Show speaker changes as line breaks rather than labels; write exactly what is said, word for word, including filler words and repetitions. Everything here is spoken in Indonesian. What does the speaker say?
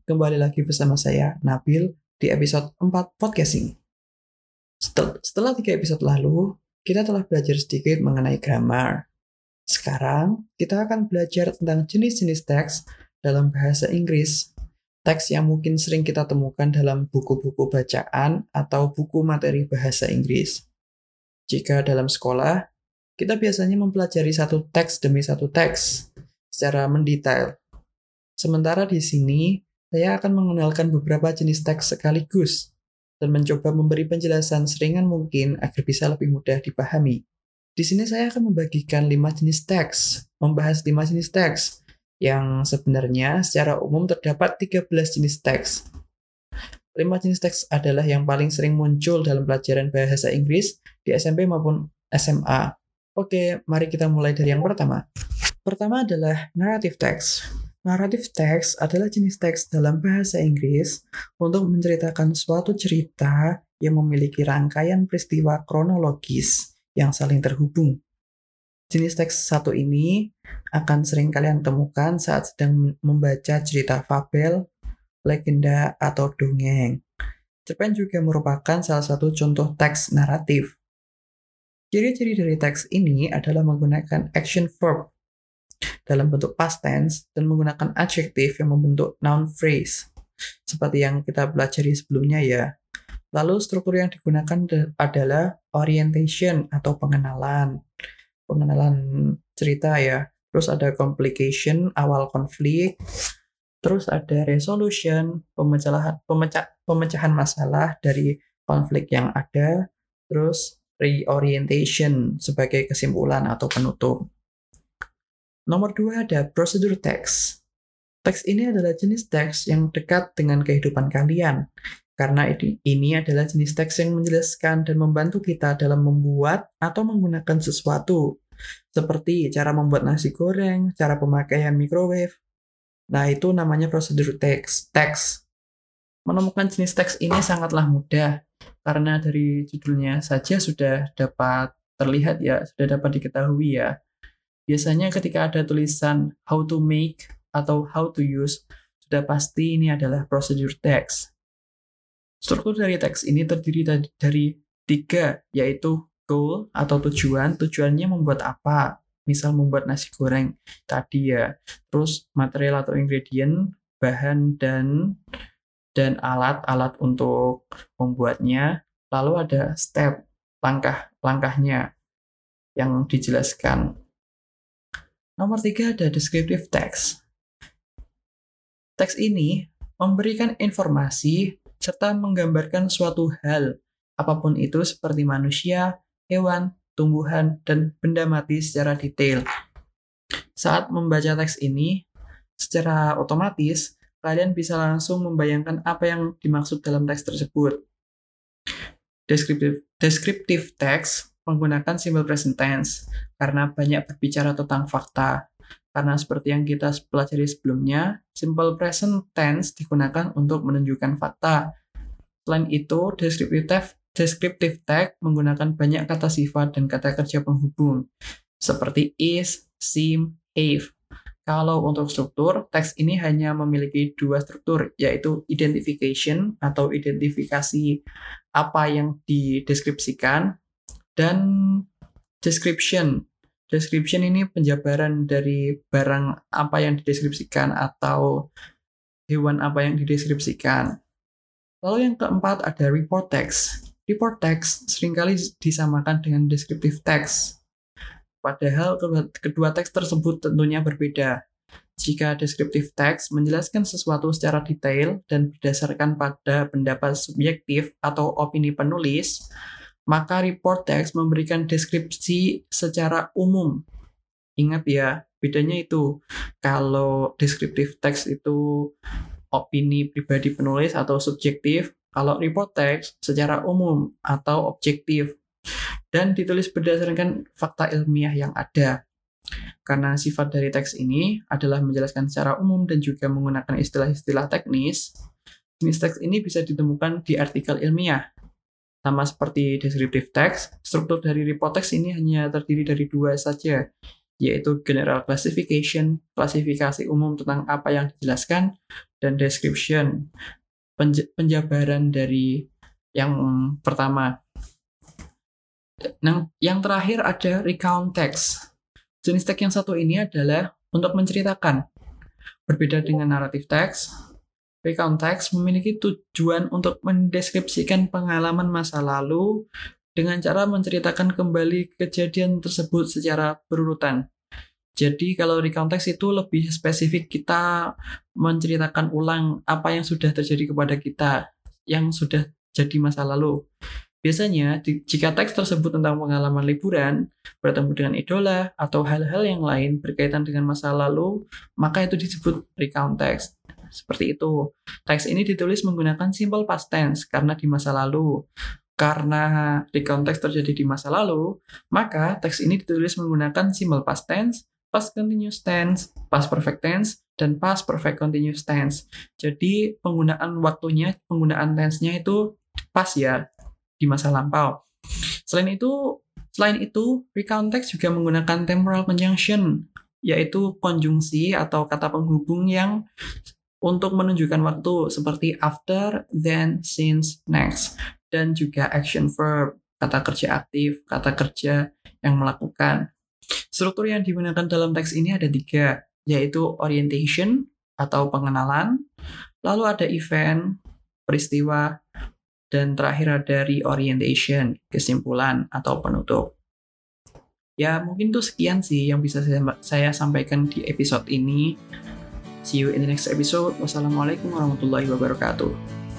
kembali lagi bersama saya, Nabil, di episode empat Podcasting. Setel- Setelah tiga episode lalu, kita telah belajar sedikit mengenai grammar. Sekarang, kita akan belajar tentang jenis-jenis teks dalam bahasa Inggris. Teks yang mungkin sering kita temukan dalam buku-buku bacaan atau buku materi bahasa Inggris. Jika dalam sekolah, kita biasanya mempelajari satu teks demi satu teks secara mendetail. Sementara di sini, saya akan mengenalkan beberapa jenis teks sekaligus dan mencoba memberi penjelasan seringan mungkin agar bisa lebih mudah dipahami. Di sini saya akan membagikan lima jenis teks, membahas lima jenis teks, yang sebenarnya secara umum terdapat tiga belas jenis teks. lima jenis teks adalah yang paling sering muncul dalam pelajaran bahasa Inggris di S M P maupun S M A. Oke, mari kita mulai dari yang pertama. Pertama adalah narrative text. Narrative text adalah jenis teks dalam bahasa Inggris untuk menceritakan suatu cerita yang memiliki rangkaian peristiwa kronologis yang saling terhubung. Jenis teks satu ini akan sering kalian temukan saat sedang membaca cerita fabel, legenda, atau dongeng. Cerpen juga merupakan salah satu contoh teks naratif. Ciri-ciri dari teks ini adalah menggunakan action verb dalam bentuk past tense dan menggunakan adjektif yang membentuk noun phrase seperti yang kita pelajari sebelumnya ya. Lalu struktur yang digunakan adalah orientation atau pengenalan. Pengenalan cerita ya. Terus ada complication, awal konflik. Terus ada resolution, pemecahan pemecah, pemecahan masalah dari konflik yang ada. Terus reorientation sebagai kesimpulan atau penutup. Nomor dua ada procedure text. Teks ini adalah jenis teks yang dekat dengan kehidupan kalian, karena ini adalah jenis teks yang menjelaskan dan membantu kita dalam membuat atau menggunakan sesuatu, seperti cara membuat nasi goreng, cara pemakaian microwave. Nah, itu namanya procedure text. Teks. Menemukan jenis teks ini sangatlah mudah, karena dari judulnya saja sudah dapat terlihat ya, sudah dapat diketahui ya. Biasanya ketika ada tulisan how to make atau how to use, sudah pasti ini adalah procedure text. Struktur dari teks ini terdiri dari tiga, yaitu goal atau tujuan. Tujuannya membuat apa? Misal membuat nasi goreng tadi ya. Terus material atau ingredient, bahan dan dan alat-alat untuk membuatnya. Lalu ada step, langkah-langkahnya yang dijelaskan. Nomor tiga ada descriptive text. Teks ini memberikan informasi serta menggambarkan suatu hal, apapun itu seperti manusia, hewan, tumbuhan, dan benda mati secara detail. Saat membaca teks ini, secara otomatis, kalian bisa langsung membayangkan apa yang dimaksud dalam teks tersebut. Descriptive, descriptive text menggunakan simple present tense karena banyak berbicara tentang fakta. Karena seperti yang kita pelajari sebelumnya, simple present tense digunakan untuk menunjukkan fakta. Selain itu, descriptive, descriptive text menggunakan banyak kata sifat dan kata kerja penghubung, seperti is, seem, have. Kalau untuk struktur, teks ini hanya memiliki dua struktur, yaitu identification atau identifikasi apa yang dideskripsikan, dan description. Description ini penjabaran dari barang apa yang dideskripsikan atau hewan apa yang dideskripsikan. Lalu yang keempat ada report text. Report text seringkali disamakan dengan descriptive text. Padahal kedua, kedua teks tersebut tentunya berbeda. Jika descriptive text menjelaskan sesuatu secara detail dan berdasarkan pada pendapat subjektif atau opini penulis, maka report text memberikan deskripsi secara umum. Ingat ya, bedanya itu. Kalau descriptive text itu opini pribadi penulis atau subjektif, kalau report text secara umum atau objektif. Dan ditulis berdasarkan fakta ilmiah yang ada. Karena sifat dari teks ini adalah menjelaskan secara umum dan juga menggunakan istilah-istilah teknis, jenis teks ini bisa ditemukan di artikel ilmiah. Sama seperti descriptive text, struktur dari report text ini hanya terdiri dari dua saja, yaitu general classification, klasifikasi umum tentang apa yang dijelaskan, dan description. Penj- penjabaran dari yang pertama. Nah, yang terakhir ada recount text. Jenis teks yang satu ini adalah untuk menceritakan. Berbeda dengan narrative text, recount text memiliki tujuan untuk mendeskripsikan pengalaman masa lalu dengan cara menceritakan kembali kejadian tersebut secara berurutan. Jadi kalau recount text itu lebih spesifik, kita menceritakan ulang apa yang sudah terjadi kepada kita, yang sudah jadi masa lalu. Biasanya, jika teks tersebut tentang pengalaman liburan, bertemu dengan idola, atau hal-hal yang lain berkaitan dengan masa lalu, maka itu disebut recount text. Seperti itu. Teks ini ditulis menggunakan simple past tense karena di masa lalu. Karena recount text terjadi di masa lalu, maka teks ini ditulis menggunakan simple past tense, past continuous tense, past perfect tense, dan past perfect continuous tense. Jadi penggunaan waktunya, penggunaan tense-nya itu pas ya, di masa lampau. Selain itu, selain itu, recount text juga menggunakan temporal conjunction, yaitu konjungsi atau kata penghubung yang untuk menunjukkan waktu seperti after, then, since, next, dan juga action verb, kata kerja aktif, kata kerja yang melakukan. Struktur yang digunakan dalam teks ini ada tiga, yaitu orientation atau pengenalan, lalu ada event, peristiwa, dan terakhir ada reorientation, kesimpulan atau penutup. Ya, mungkin itu sekian sih yang bisa saya, saya sampaikan di episode ini. See you in the next episode. Wassalamualaikum warahmatullahi wabarakatuh.